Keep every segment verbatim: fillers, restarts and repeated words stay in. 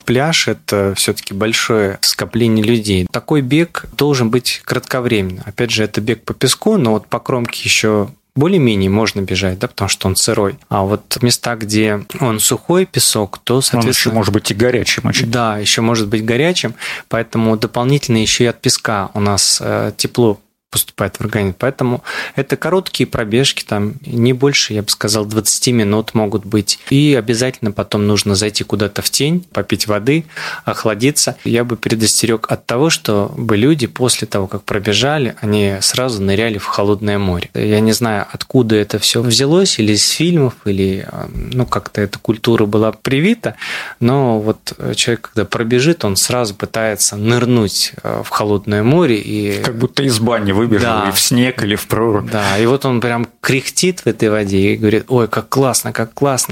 пляж – это все-таки большое скопление людей. Такой бег должен быть кратковременным. Опять же, это бег по песку, но вот по кромке еще более-менее можно бежать, да, потому что он сырой. А вот места, где он сухой песок, то, соответственно... Он еще может быть и горячим очень. Да, еще может быть горячим, поэтому дополнительно еще и от песка у нас э, тепло поступает в организм. Поэтому это короткие пробежки, там не больше, я бы сказал, двадцать минут могут быть. И обязательно потом нужно зайти куда-то в тень, попить воды, охладиться. Я бы предостерег от того, чтобы люди после того, как пробежали, они сразу ныряли в холодное море. Я не знаю, откуда это все взялось, или из фильмов, или ну, как-то эта культура была привита, но вот человек, когда пробежит, он сразу пытается нырнуть в холодное море. И... Как будто из бани выбежал, да, или в снег, или в прорубь. Да, и вот он прям кряхтит в этой воде и говорит: ой, как классно, как классно.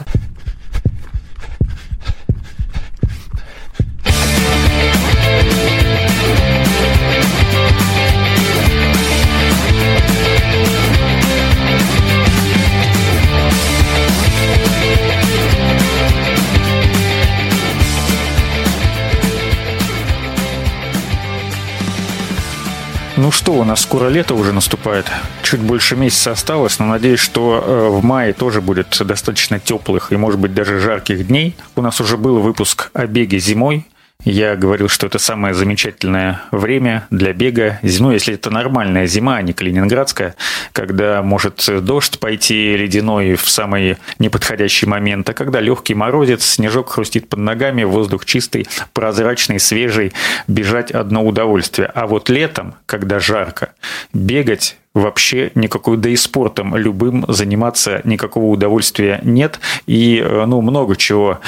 Ну что, у нас скоро лето уже наступает. Чуть больше месяца осталось, но надеюсь, что в мае тоже будет достаточно теплых и, может быть, даже жарких дней. У нас уже был выпуск о беге зимой. Я говорил, что это самое замечательное время для бега. Ну, если это нормальная зима, а не калининградская, когда может дождь пойти ледяной в самый неподходящий момент, а когда легкий морозец, снежок хрустит под ногами, воздух чистый, прозрачный, свежий, бежать одно удовольствие. А вот летом, когда жарко, бегать вообще никакой, да и спортом любым заниматься никакого удовольствия нет. И, ну, много чего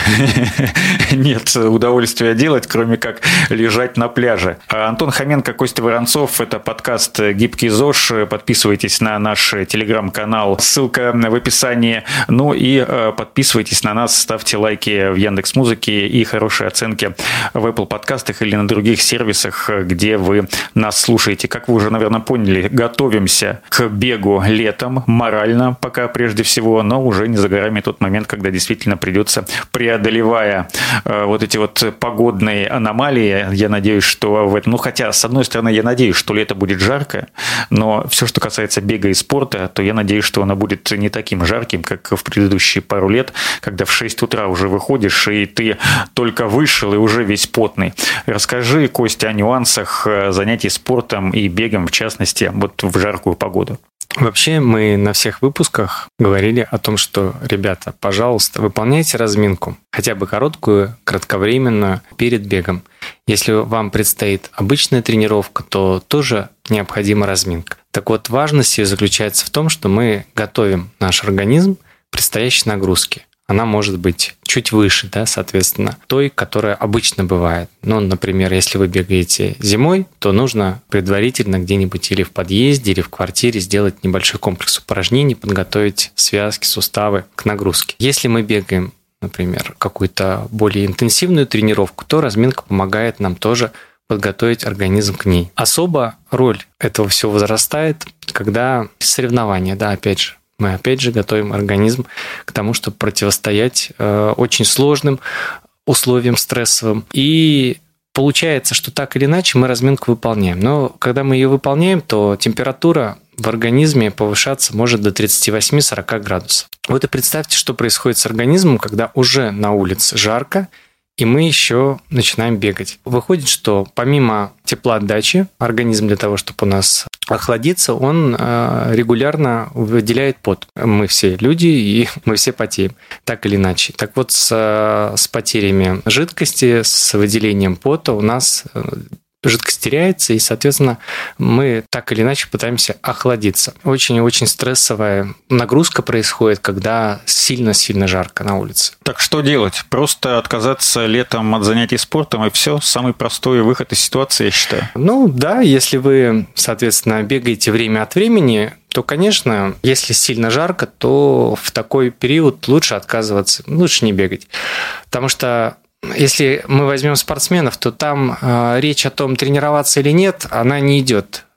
нет удовольствия делать, кроме как лежать на пляже. Антон Хоменко, Костя Воронцов. Это подкаст «Гибкий ЗОЖ». Подписывайтесь на наш телеграм-канал. Ссылка в описании. Ну и подписывайтесь на нас, ставьте лайки в Яндекс.Музыке и хорошие оценки в Apple подкастах или на других сервисах, где вы нас слушаете. Как вы уже, наверное, поняли, готовы Готовимся к бегу летом, морально пока прежде всего, но уже не за горами тот момент, когда действительно придется, преодолевая э, вот эти вот погодные аномалии, я надеюсь, что в этом, ну хотя, с одной стороны, я надеюсь, что лето будет жарко, но все, что касается бега и спорта, то я надеюсь, что оно будет не таким жарким, как в предыдущие пару лет, когда в шесть утра уже выходишь, и ты только вышел, и уже весь потный. Расскажи, Костя, о нюансах занятий спортом и бегом, в частности, вот в жаркую погоду. Вообще мы на всех выпусках говорили о том, что, ребята, пожалуйста, выполняйте разминку, хотя бы короткую, кратковременную, перед бегом. Если вам предстоит обычная тренировка, то тоже необходима разминка. Так вот, важность ее заключается в том, что мы готовим наш организм к предстоящей нагрузке. Она может быть чуть выше, да, соответственно, той, которая обычно бывает. Ну, например, если вы бегаете зимой, то нужно предварительно где-нибудь или в подъезде, или в квартире сделать небольшой комплекс упражнений, подготовить связки, суставы к нагрузке. Если мы бегаем, например, какую-то более интенсивную тренировку, то разминка помогает нам тоже подготовить организм к ней. Особо роль этого всего возрастает, когда соревнования, да, опять же, мы опять же готовим организм к тому, чтобы противостоять э, очень сложным условиям стрессовым. И получается, что так или иначе мы разминку выполняем. Но когда мы ее выполняем, то температура в организме повышаться может до тридцать восемь - сорок градусов. Вот и представьте, что происходит с организмом, когда уже на улице жарко, и мы еще начинаем бегать. Выходит, что помимо теплоотдачи, организм для того, чтобы у нас охладиться, он регулярно выделяет пот. Мы все люди, и мы все потеем, так или иначе. Так вот, с, с потерями жидкости, с выделением пота у нас жидкость теряется, и, соответственно, мы так или иначе пытаемся охладиться. Очень-очень стрессовая нагрузка происходит, когда сильно-сильно жарко на улице. Так что делать? Просто отказаться летом от занятий спортом, и все? Самый простой выход из ситуации, я считаю. Ну да, если вы, соответственно, бегаете время от времени, то, конечно, если сильно жарко, то в такой период лучше отказываться, лучше не бегать. Потому что если мы возьмем спортсменов, то там э, речь о том, тренироваться или нет, она не идет.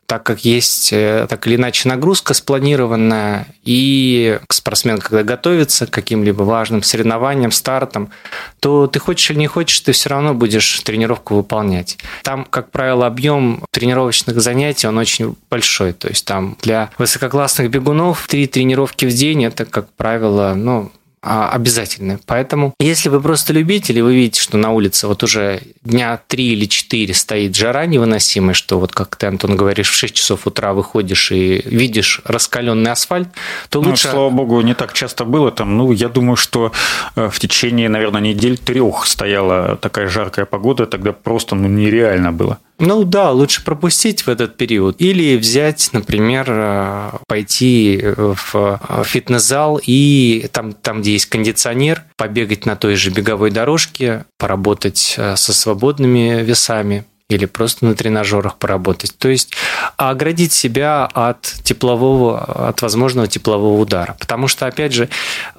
так как есть так или иначе нагрузка спланированная, и спортсмен, когда готовится к каким-либо важным соревнованиям, стартам, то ты хочешь или не хочешь, ты все равно будешь тренировку выполнять. Там, как правило, объем тренировочных занятий, он очень большой. То есть там для высококлассных бегунов три тренировки в день – это, как правило, ну, обязательно. Поэтому, если вы просто любитель, и вы видите, что на улице вот уже дня три или четыре стоит жара невыносимая, что вот как ты, Антон, говоришь, в шесть часов утра выходишь и видишь раскаленный асфальт, то ну, лучше... Слава богу, не так часто было там. Ну, я думаю, что в течение, наверное, недель трех стояла такая жаркая погода, тогда просто ну, нереально было. Ну да, лучше пропустить в этот период. Или взять, например, пойти в фитнес-зал и там, там, где есть кондиционер, побегать на той же беговой дорожке, поработать со свободными весами или просто на тренажерах поработать. То есть оградить себя от теплового, от возможного теплового удара. Потому что, опять же,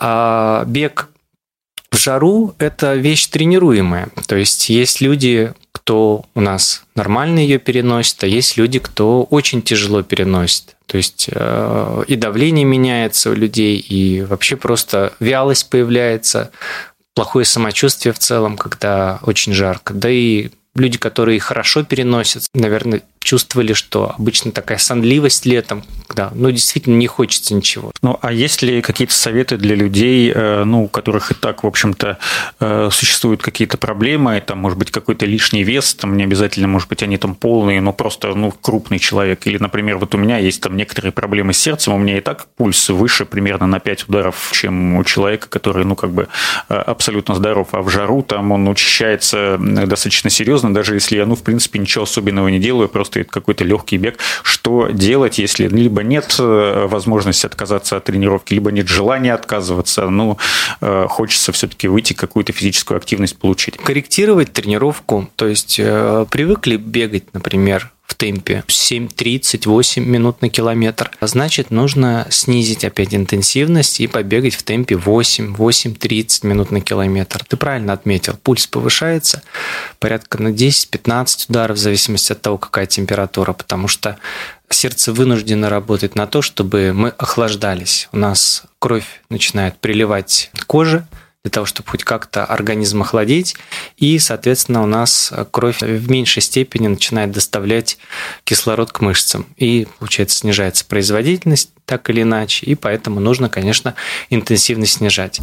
бег в жару – это вещь тренируемая. То есть есть люди, кто у нас нормально ее переносит, а есть люди, кто очень тяжело переносит. То есть э, и давление меняется у людей, и вообще просто вялость появляется, плохое самочувствие в целом, когда очень жарко. Да и люди, которые хорошо переносят, наверное, чувствовали, что обычно такая сонливость летом, да, ну, действительно не хочется ничего. Ну, а есть ли какие-то советы для людей, ну, у которых и так, в общем-то, существуют какие-то проблемы, там, может быть, какой-то лишний вес, там, не обязательно, может быть, они там полные, но просто, ну, крупный человек, или, например, вот у меня есть там некоторые проблемы с сердцем, у меня и так пульс выше примерно на пять ударов, чем у человека, который, ну, как бы абсолютно здоров, а в жару там он учащается достаточно серьезно, даже если я, ну, в принципе, ничего особенного не делаю, просто какой-то легкий бег. Что делать, если либо нет возможности отказаться от тренировки, либо нет желания отказываться, ну, хочется все-таки выйти, какую-то физическую активность получить? Корректировать тренировку, то есть привыкли бегать, например, в темпе семь тридцать восемь минут на километр. Значит, нужно снизить опять интенсивность и побегать в темпе восемь восемь тридцать минут на километр. Ты правильно отметил, пульс повышается порядка на десять-пятнадцать ударов в зависимости от того, какая температура, потому что сердце вынуждено работать на то, чтобы мы охлаждались. У нас кровь начинает приливать к коже, для того, чтобы хоть как-то организм охладить, и, соответственно, у нас кровь в меньшей степени начинает доставлять кислород к мышцам, и, получается, снижается производительность так или иначе, и поэтому нужно, конечно, интенсивность снижать.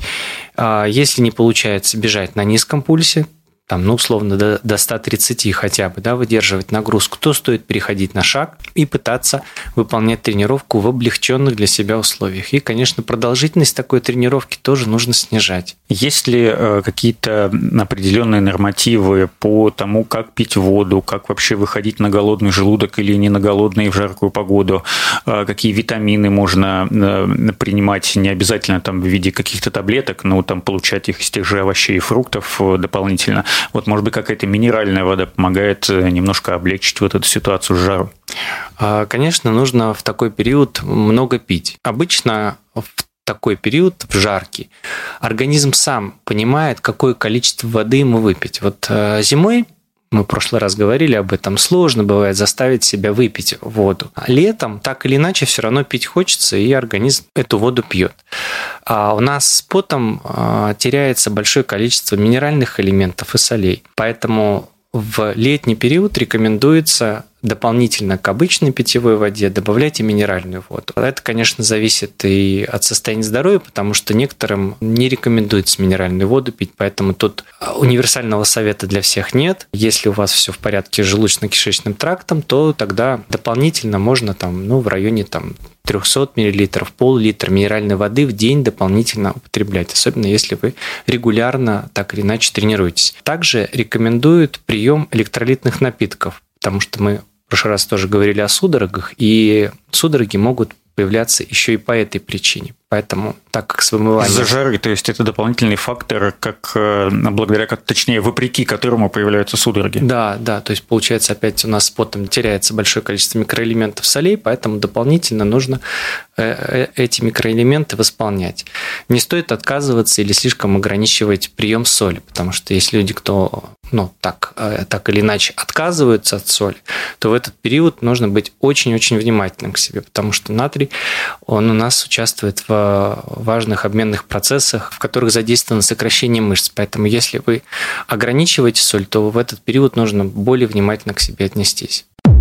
Если не получается бежать на низком пульсе, там, ну, условно, до, до ста тридцати хотя бы, да, выдерживать нагрузку, то стоит переходить на шаг и пытаться выполнять тренировку в облегченных для себя условиях. И, конечно, продолжительность такой тренировки тоже нужно снижать. Есть ли э, какие-то определенные нормативы по тому, как пить воду, как вообще выходить на голодный желудок или не на голодный в жаркую погоду, э, какие витамины можно э, принимать, не обязательно там в виде каких-то таблеток, но там получать их из тех же овощей и фруктов э, дополнительно? Вот, может быть, какая-то минеральная вода помогает немножко облегчить вот эту ситуацию с жаром? Конечно, нужно в такой период много пить. Обычно в такой период, в жаркий, организм сам понимает, какое количество воды ему выпить. Вот зимой, мы в прошлый раз говорили об этом, сложно бывает заставить себя выпить воду. А летом так или иначе все равно пить хочется, и организм эту воду пьет. А у нас с потом теряется большое количество минеральных элементов и солей. Поэтому в летний период рекомендуется дополнительно к обычной питьевой воде добавлять и минеральную воду. Это, конечно, зависит и от состояния здоровья, потому что некоторым не рекомендуется минеральную воду пить, поэтому тут универсального совета для всех нет. Если у вас все в порядке с желудочно-кишечным трактом, то тогда дополнительно можно там, ну, в районе там, триста миллилитров, пол-литра минеральной воды в день дополнительно употреблять, особенно если вы регулярно так или иначе тренируетесь. Также рекомендуют прием электролитных напитков, потому что мы в прошлый раз тоже говорили о судорогах, и судороги могут появляться еще и по этой причине. Поэтому, так как с вымыванием... Из-за жары, то есть это дополнительный фактор, как, благодаря, как, точнее, вопреки которому появляются судороги. Да, да, то есть получается опять у нас с потом теряется большое количество микроэлементов солей, поэтому дополнительно нужно эти микроэлементы восполнять. Не стоит отказываться или слишком ограничивать прием соли, потому что есть люди, кто ну, так, так или иначе отказываются от соли, то в этот период нужно быть очень-очень внимательным к себе, потому что натрий, он у нас участвует в важных обменных процессах, в которых задействовано сокращение мышц. Поэтому если вы ограничиваете соль, то в этот период нужно более внимательно к себе отнестись.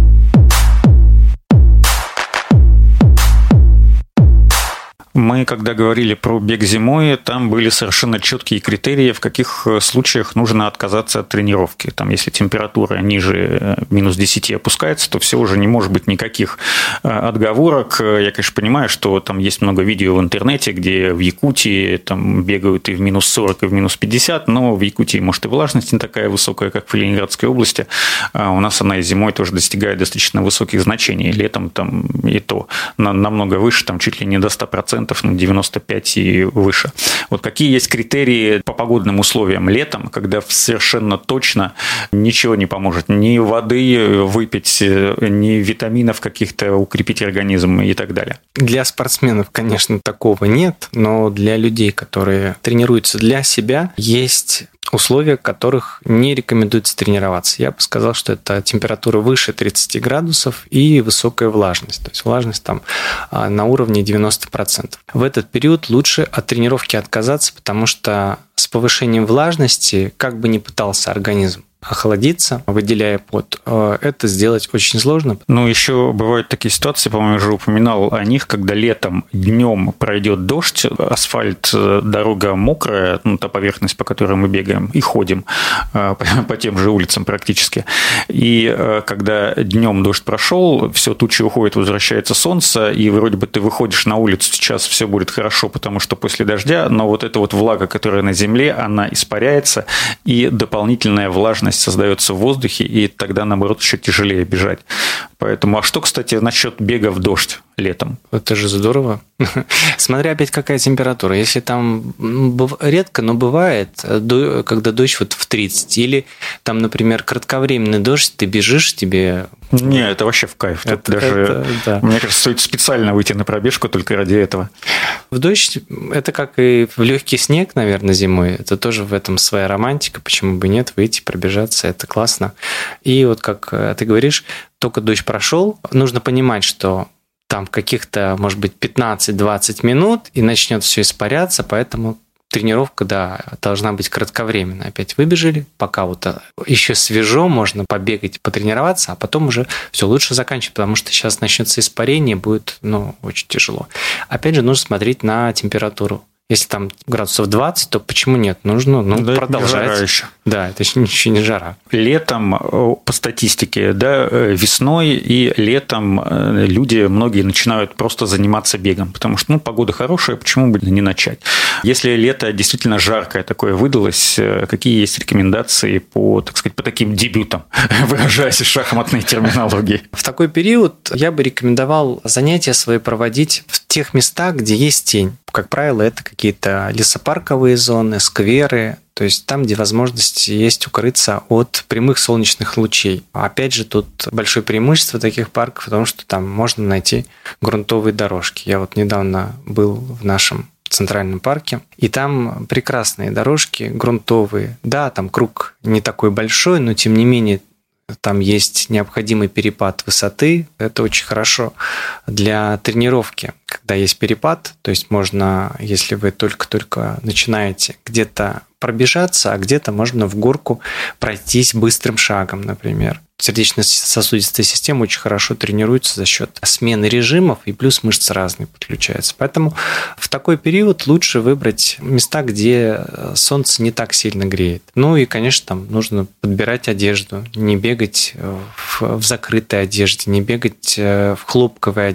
Мы, когда говорили про бег зимой, там были совершенно четкие критерии, в каких случаях нужно отказаться от тренировки. Там, если температура ниже минус десять опускается, то все уже не может быть никаких отговорок. Я, конечно, понимаю, что там есть много видео в интернете, где в Якутии там бегают и в минус сорок, и в минус пятьдесят, но в Якутии, может, и влажность не такая высокая, как в Ленинградской области. А у нас она и зимой тоже достигает достаточно высоких значений. Летом там и то намного выше, там чуть ли не до ста процентов, на девяносто пять и выше. Вот какие есть критерии по погодным условиям летом, когда совершенно точно ничего не поможет? Ни воды выпить, ни витаминов каких-то укрепить организм и так далее. Для спортсменов, конечно, такого нет, но для людей, которые тренируются для себя, есть условия, в которых не рекомендуется тренироваться. Я бы сказал, что это температура выше тридцати градусов и высокая влажность. То есть влажность там на уровне девяносто процентов. В этот период лучше от тренировки отказаться, потому что с повышением влажности, как бы ни пытался организм охладиться, выделяя пот, это сделать очень сложно. Ну, еще бывают такие ситуации, по-моему, я уже упоминал о них, когда летом днем пройдет дождь, асфальт, дорога мокрая, ну, та поверхность, по которой мы бегаем и ходим по, по тем же улицам практически. И когда днем дождь прошел, все, тучи уходят, возвращается солнце, и вроде бы ты выходишь на улицу, сейчас все будет хорошо, потому что после дождя, но вот эта вот влага, которая на земле, она испаряется, и дополнительная влажность создается в воздухе, и тогда, наоборот, еще тяжелее бежать. Поэтому, а что, кстати, насчет бега в дождь летом? Это же здорово. Смотря опять какая температура. Если там редко, но бывает, когда дождь вот в тридцать, или там, например, кратковременный дождь, ты бежишь, тебе... Не, это вообще в кайф. Это, даже, это, да. Мне кажется, стоит специально выйти на пробежку только ради этого. В дождь это как и в легкий снег, наверное, зимой. Это тоже в этом своя романтика. Почему бы нет? Выйти, пробежаться, это классно. И вот как ты говоришь, только дождь прошел, нужно понимать, что там каких-то, может быть, пятнадцать-двадцать минут, и начнет все испаряться, поэтому тренировка, да, должна быть кратковременная. Опять выбежали, пока вот еще свежо, можно побегать, потренироваться, а потом уже все лучше заканчивать, потому что сейчас начнется испарение, будет, ну, очень тяжело. Опять же, нужно смотреть на температуру. Если там градусов двадцать, то почему нет? Нужно ну, да, продолжать. Это не жара еще. Да, это еще не жара. Летом, по статистике, да, весной и летом люди, многие начинают просто заниматься бегом, потому что ну, погода хорошая, почему бы не начать? Если лето действительно жаркое такое выдалось, какие есть рекомендации по, так сказать, по таким дебютам, выражаясь в шахматной терминологии? В такой период я бы рекомендовал занятия свои проводить в тех местах, где есть тень. Как правило, это какие-то лесопарковые зоны, скверы, то есть там, где возможность есть укрыться от прямых солнечных лучей. Опять же, тут большое преимущество таких парков, потому что там можно найти грунтовые дорожки. Я вот недавно был в нашем центральном парке, и там прекрасные дорожки грунтовые. Да, там круг не такой большой, но тем не менее там есть необходимый перепад высоты. Это очень хорошо для тренировки, когда есть перепад. То есть можно, если вы только-только начинаете, где-то пробежаться, а где-то можно в горку пройтись быстрым шагом, например. Сердечно-сосудистая система очень хорошо тренируется за счет смены режимов, и плюс мышцы разные подключаются. Поэтому в такой период лучше выбрать места, где солнце не так сильно греет. Ну и, конечно, там нужно подбирать одежду, не бегать в, в закрытой одежде, не бегать в хлопковой одежде,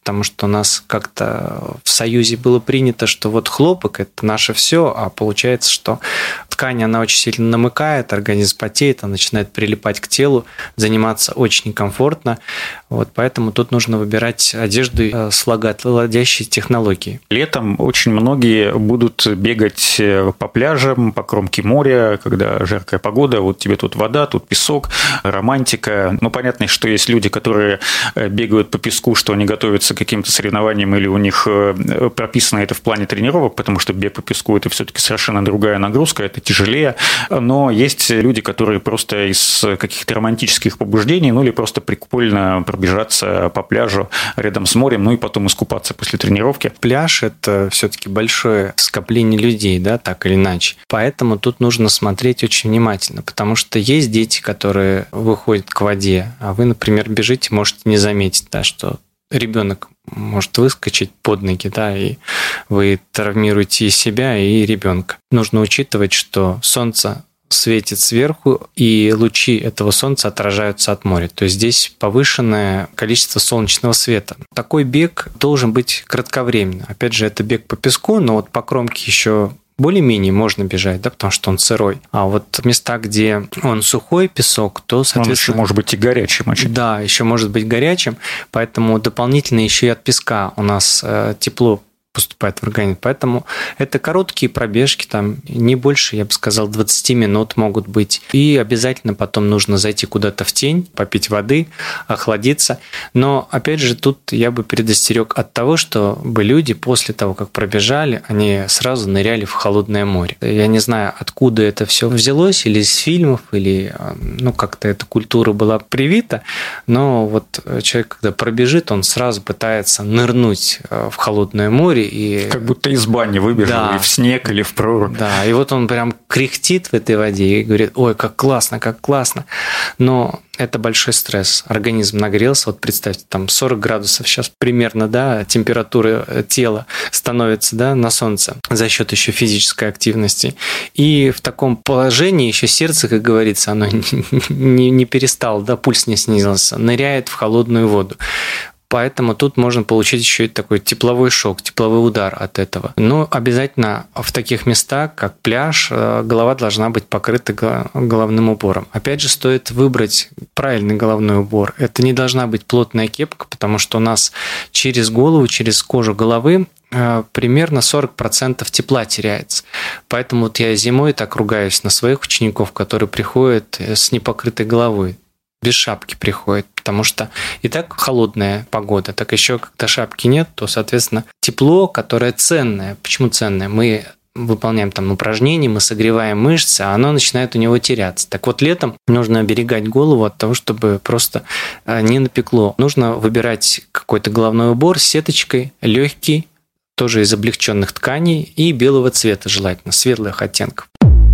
потому что у нас как-то в Союзе было принято, что вот хлопок – это наше все, а получается, что ткань, она очень сильно намыкает, организм потеет, она начинает прилипать к телу, заниматься очень некомфортно. Вот поэтому тут нужно выбирать одежду с влагоотводящей технологией. Летом очень многие будут бегать по пляжам, по кромке моря, когда жаркая погода, вот тебе тут вода, тут песок, романтика. Ну, понятно, что есть люди, которые бегают по песку, что они готовятся к каким-то соревнованиям, или у них прописано это в плане тренировок, потому что бег по песку – это все-таки совершенно другая нагрузка, это тяжелее. Но есть люди, которые просто из каких-то романтических побуждений, ну, или просто прикольно пробежаться по пляжу рядом с морем, ну, и потом искупаться после тренировки. Пляж – это все-таки большое скопление людей, да, так или иначе. Поэтому тут нужно смотреть очень внимательно, потому что есть дети, которые выходят к воде, а вы, например, бежите, можете не заметить, да, что ребенок может выскочить под ноги, да, и вы травмируете и себя, и ребенка. Нужно учитывать, что солнце светит сверху, и лучи этого солнца отражаются от моря. То есть здесь повышенное количество солнечного света. Такой бег должен быть кратковременно. Опять же, это бег по песку, но вот по кромке еще более-менее можно бежать, да, потому что он сырой. А вот места, где он сухой песок, то, соответственно... Он еще может быть и горячим очень. Да, еще может быть горячим, поэтому дополнительно еще и от песка у нас э, тепло поступает в организм. Поэтому это короткие пробежки, там не больше, я бы сказал, двадцать минут могут быть. И обязательно потом нужно зайти куда-то в тень, попить воды, охладиться. Но, опять же, тут я бы предостерег от того, чтобы люди после того, как пробежали, они сразу ныряли в холодное море. Я не знаю, откуда это все взялось, или из фильмов, или ну, как-то эта культура была привита, но вот человек, когда пробежит, он сразу пытается нырнуть в холодное море, и... Как будто из бани выбежал, да, и в снег, или в прорубь. Да, и вот он прям кряхтит в этой воде и говорит: ой, как классно, как классно. Но это большой стресс. Организм нагрелся. Вот представьте, там сорок градусов сейчас примерно, да, температура тела становится, да, на солнце за счет еще физической активности. И в таком положении еще сердце, как говорится, оно не, не перестало, да, пульс не снизился, ныряет в холодную воду. Поэтому тут можно получить еще и такой тепловой шок, тепловой удар от этого. Но обязательно в таких местах, как пляж, голова должна быть покрыта головным убором. Опять же, стоит выбрать правильный головной убор. Это не должна быть плотная кепка, потому что у нас через голову, через кожу головы примерно сорок процентов тепла теряется. Поэтому вот я зимой так ругаюсь на своих учеников, которые приходят с непокрытой головой, без шапки приходят, потому что и так холодная погода, так еще когда шапки нет, то, соответственно, тепло, которое ценное. Почему ценное? Мы выполняем там упражнения, мы согреваем мышцы, а оно начинает у него теряться. Так вот, летом нужно оберегать голову от того, чтобы просто не напекло. Нужно выбирать какой-то головной убор с сеточкой, легкий, тоже из облегченных тканей и белого цвета желательно, светлых оттенков.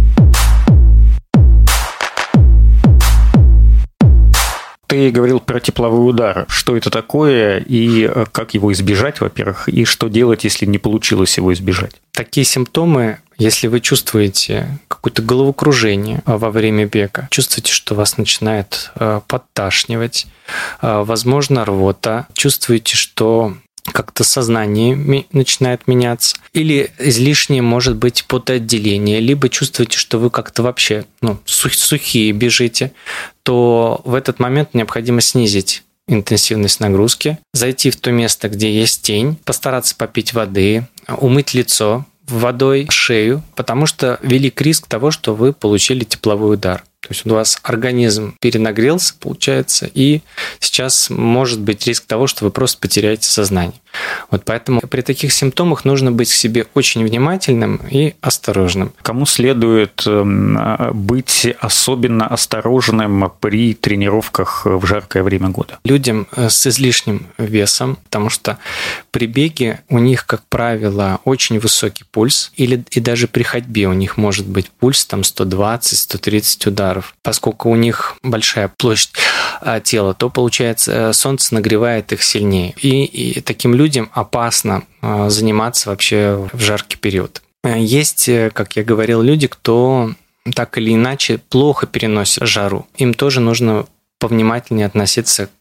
Ты говорил про тепловой удар. Что это такое и как его избежать, во-первых, и что делать, если не получилось его избежать? Такие симптомы, если вы чувствуете какое-то головокружение во время бега, чувствуете, что вас начинает подташнивать, возможно, рвота, чувствуете, что как-то сознание начинает меняться, или излишнее может быть потоотделение, либо чувствуете, что вы как-то вообще ну, сухие бежите, то в этот момент необходимо снизить интенсивность нагрузки, зайти в то место, где есть тень, постараться попить воды, умыть лицо водой, шею, потому что велик риск того, что вы получили тепловой удар. То есть у вас организм перенагрелся, получается, и сейчас может быть риск того, что вы просто потеряете сознание. Вот поэтому при таких симптомах нужно быть к себе очень внимательным и осторожным. Кому следует быть особенно осторожным при тренировках в жаркое время года? Людям с излишним весом, потому что при беге у них, как правило, очень высокий пульс, или и даже при ходьбе у них может быть пульс там сто двадцать - сто тридцать ударов. Поскольку у них большая площадь тела, то, получается, солнце нагревает их сильнее. И, и таким людям опасно заниматься вообще в жаркий период. Есть, как я говорил, люди, кто так или иначе плохо переносит жару. Им тоже нужно повнимательнее относиться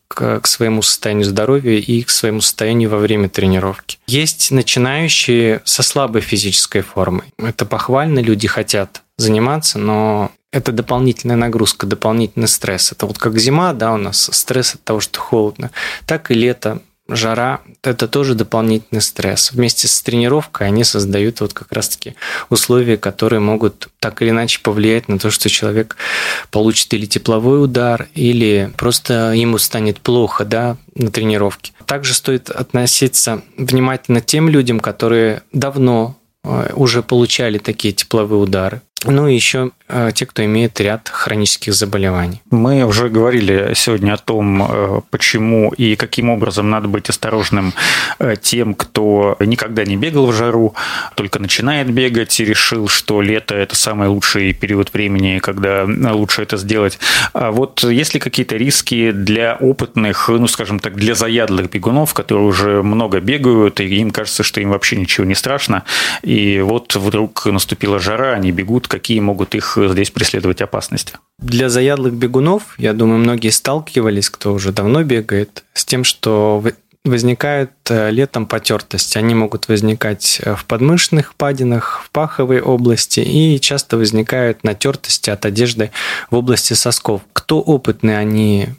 к, к своему состоянию здоровья и к своему состоянию во время тренировки. Есть начинающие со слабой физической формой. Это похвально, люди хотят заниматься, но это дополнительная нагрузка, дополнительный стресс. Это вот как зима, да, у нас стресс от того, что холодно, так и лето, жара – это тоже дополнительный стресс. Вместе с тренировкой они создают вот как раз-таки условия, которые могут так или иначе повлиять на то, что человек получит или тепловой удар, или просто ему станет плохо, да, на тренировке. Также стоит относиться внимательно к тем людям, которые давно уже получали такие тепловые удары. Ну и еще те, кто имеет ряд хронических заболеваний. Мы уже говорили сегодня о том, почему и каким образом надо быть осторожным тем, кто никогда не бегал в жару, только начинает бегать и решил, что лето – это самый лучший период времени, когда лучше это сделать. А вот есть ли какие-то риски для опытных, ну, скажем так, для заядлых бегунов, которые уже много бегают, и им кажется, что им вообще ничего не страшно, и вот вдруг наступила жара, они бегут, какие могут их здесь преследовать опасности? Для заядлых бегунов, я думаю, многие сталкивались, кто уже давно бегает, с тем, что возникают летом потертости. Они могут возникать в подмышечных впадинах, в паховой области и часто возникают натертости от одежды в области сосков. Кто опытный, они,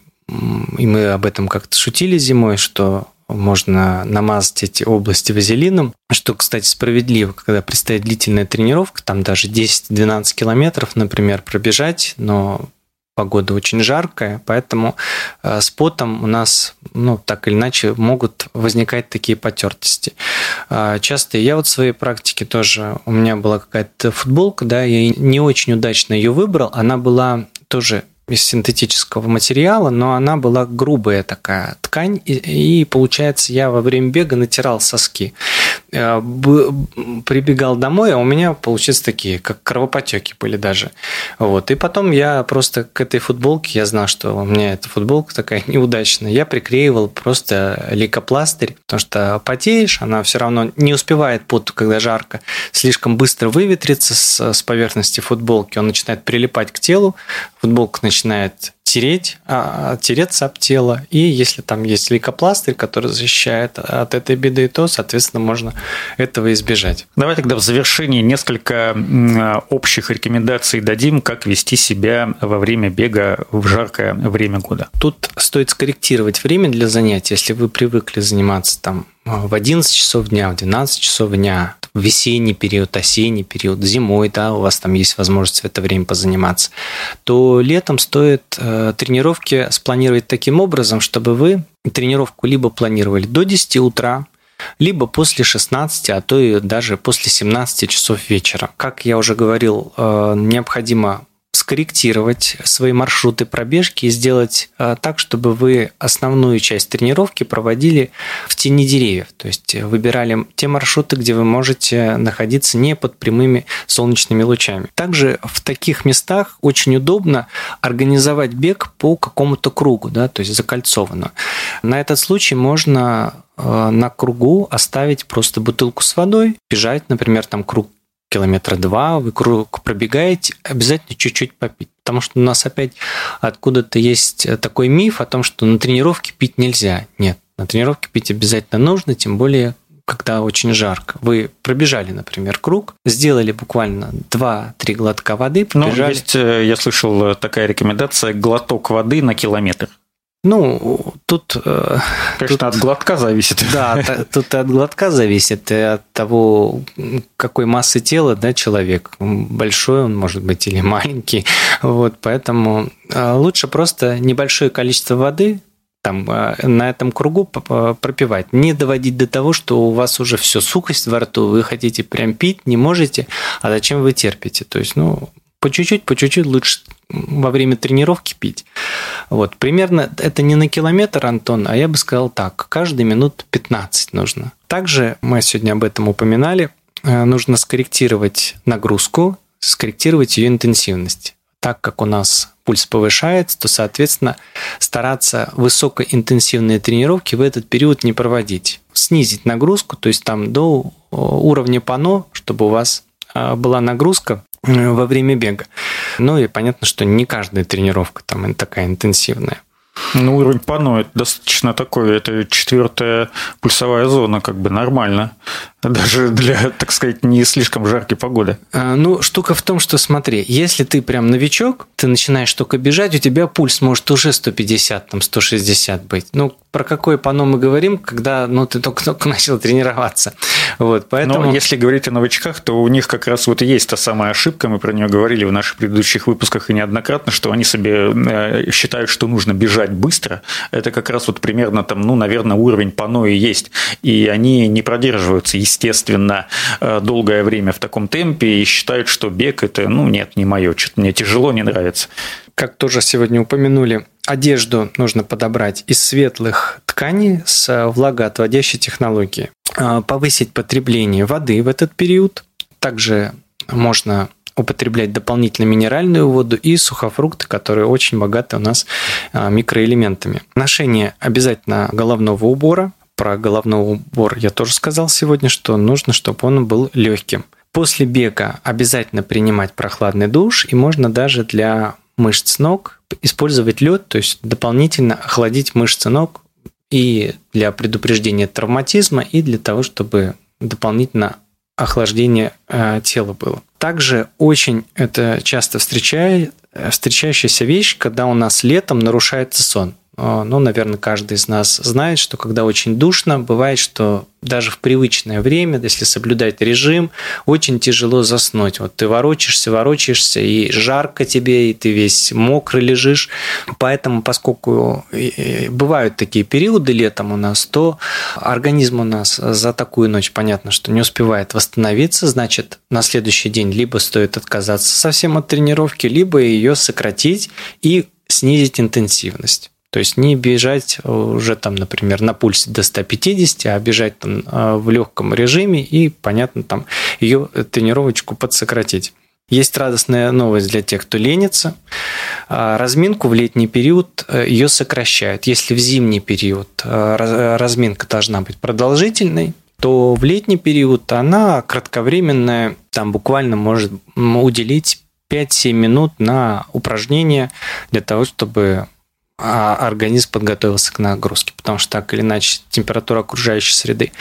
и мы об этом как-то шутили зимой, что можно намазать эти области вазелином, что, кстати, справедливо, когда предстоит длительная тренировка, там даже десять-двенадцать километров, например, пробежать, но погода очень жаркая, поэтому с потом у нас, ну, так или иначе, могут возникать такие потертости. Часто я вот в своей практике тоже, у меня была какая-то футболка, да, я не очень удачно ее выбрал, она была тоже из синтетического материала, но она была грубая такая ткань, и, и получается, я во время бега натирал соски. Прибегал домой, а у меня, получается, такие, как кровопотеки были даже. Вот. И потом я просто к этой футболке, я знал, что у меня эта футболка такая неудачная, я приклеивал просто лейкопластырь, потому что потеешь, она все равно не успевает, пот, когда жарко, слишком быстро выветриться с, с поверхности футболки, он начинает прилипать к телу, футболка начинает тереть, а, тереться об тело. И если там есть лейкопластырь, который защищает от этой беды, то, соответственно, можно этого избежать. Давай тогда в завершении несколько общих рекомендаций дадим, как вести себя во время бега в жаркое время года. Тут стоит скорректировать время для занятий. Если вы привыкли заниматься там в одиннадцать часов дня, в двенадцать часов дня, в весенний период, осенний период, зимой, да, у вас там есть возможность в это время позаниматься, то летом стоит э, тренировки спланировать таким образом, чтобы вы тренировку либо планировали до десяти утра, либо после шестнадцати, а то и даже после семнадцати часов вечера. Как я уже говорил, э, необходимо скорректировать свои маршруты пробежки и сделать так, чтобы вы основную часть тренировки проводили в тени деревьев. То есть выбирали те маршруты, где вы можете находиться не под прямыми солнечными лучами. Также в таких местах очень удобно организовать бег по какому-то кругу, да, то есть закольцованно. На этот случай можно на кругу оставить просто бутылку с водой, бежать, например, там круг километра два, вы круг пробегаете, обязательно чуть-чуть попить. Потому что у нас опять откуда-то есть такой миф о том, что на тренировке пить нельзя. Нет, на тренировке пить обязательно нужно, тем более, когда очень жарко. Вы пробежали, например, круг, сделали буквально два-три глотка воды, побежали. Ну, есть, я слышал, такая рекомендация, глоток воды на километр. Ну, тут... Конечно, тут, от глотка зависит. Да, тут от глотка зависит, и от того, какой массы тела, да, человек. Большой он может быть или маленький. Вот, поэтому лучше просто небольшое количество воды там, на этом кругу пропивать. Не доводить до того, что у вас уже все, сухость во рту, вы хотите прям пить, не можете, а зачем вы терпите? То есть, ну... По чуть-чуть, по чуть-чуть лучше во время тренировки пить. Вот. Примерно это не на километр, Антон, а я бы сказал так, каждые минут пятнадцать нужно. Также мы сегодня об этом упоминали, нужно скорректировать нагрузку, скорректировать ее интенсивность. Так как у нас пульс повышается, то, соответственно, стараться высокоинтенсивные тренировки в этот период не проводить. Снизить нагрузку, то есть там до уровня ПАНО, чтобы у вас была нагрузка во время бега. Ну и понятно, что не каждая тренировка там такая интенсивная. Ну, уровень ПАНО – это достаточно такой, это четвертая пульсовая зона, как бы нормально. Даже для, так сказать, не слишком жаркой погоды. А, ну, штука в том, что смотри, если ты прям новичок, ты начинаешь только бежать, у тебя пульс может уже сто пятьдесят, там, сто шестьдесят быть. Ну, про какое ПАНО мы говорим, когда ну, ты только-только начал тренироваться. Вот, поэтому... Но если говорить о новичках, то у них как раз вот и есть та самая ошибка, мы про нее говорили в наших предыдущих выпусках и неоднократно, что они себе считают, что нужно бежать быстро. Это как раз вот примерно там, ну, наверное, уровень ПАНО и есть. И они не продерживаются, естественно, долгое время в таком темпе и считают, что бег – это, ну, нет, не мое, что-то мне тяжело, не нравится. Как тоже сегодня упомянули, одежду нужно подобрать из светлых тканей с влагоотводящей технологией. Повысить потребление воды в этот период. Также можно употреблять дополнительно минеральную воду и сухофрукты, которые очень богаты у нас микроэлементами. Ношение обязательно головного убора. Про головной убор я тоже сказал сегодня, что нужно, чтобы он был легким. После бега обязательно принимать прохладный душ, и можно даже для мышц ног использовать лед, то есть дополнительно охладить мышцы ног и для предупреждения травматизма, и для того, чтобы дополнительно охлаждение э, тела было. Также очень это часто встречает, встречающаяся вещь, когда у нас летом нарушается сон. Ну, наверное, каждый из нас знает, что когда очень душно, бывает, что даже в привычное время, если соблюдать режим, очень тяжело заснуть. Вот ты ворочаешься, ворочаешься, и жарко тебе, и ты весь мокрый лежишь. Поэтому, поскольку бывают такие периоды летом у нас, то организм у нас за такую ночь, понятно, что не успевает восстановиться, значит, на следующий день либо стоит отказаться совсем от тренировки, либо ее сократить и снизить интенсивность. То есть не бежать уже там, например, на пульсе до ста пятидесяти, а бежать там в легком режиме и, понятно, там ее тренировочку подсократить. Есть радостная новость для тех, кто ленится. Разминку в летний период ее сокращают. Если в зимний период разминка должна быть продолжительной, то в летний период она кратковременная, там буквально может уделить пять-семь минут на упражнения для того, чтобы а организм подготовился к нагрузке, потому что так или иначе температура окружающей среды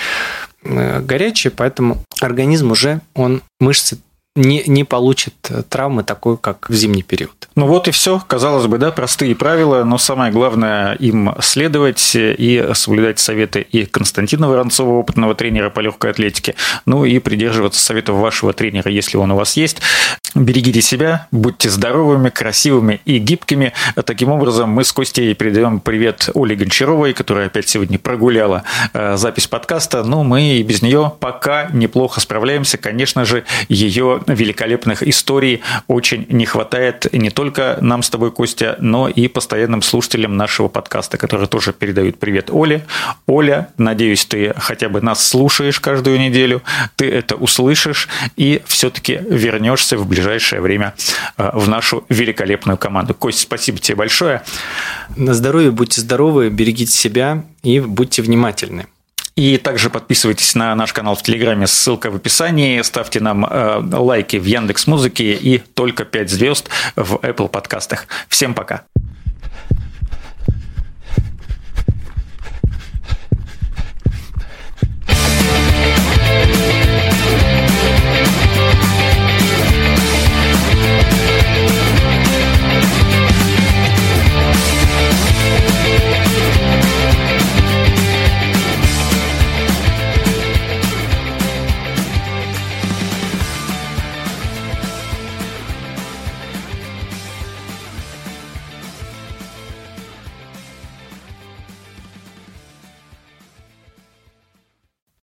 горячая, поэтому организм уже, он, мышцы не, не получит травмы такой, как в зимний период. Ну вот и все. Казалось бы, да, простые правила, но самое главное им следовать и соблюдать советы и Константина Воронцова, опытного тренера по легкой атлетике, ну и придерживаться советов вашего тренера, если он у вас есть. Берегите себя, будьте здоровыми, красивыми и гибкими. Таким образом, мы с Костей передаем привет Оле Гончаровой, которая опять сегодня прогуляла запись подкаста, но мы и без нее пока неплохо справляемся. Конечно же, ее великолепных историй очень не хватает не только нам с тобой, Костя, но и постоянным слушателям нашего подкаста, которые тоже передают привет Оле. Оля, надеюсь, ты хотя бы нас слушаешь каждую неделю, ты это услышишь и все-таки вернешься в ближайшее время в нашу великолепную команду. Кость, спасибо тебе большое. На здоровье, будьте здоровы, берегите себя и будьте внимательны. И также подписывайтесь на наш канал в Телеграме, ссылка в описании, ставьте нам э, лайки в Яндекс.Музыке и только пять звезд в Apple подкастах. Всем пока!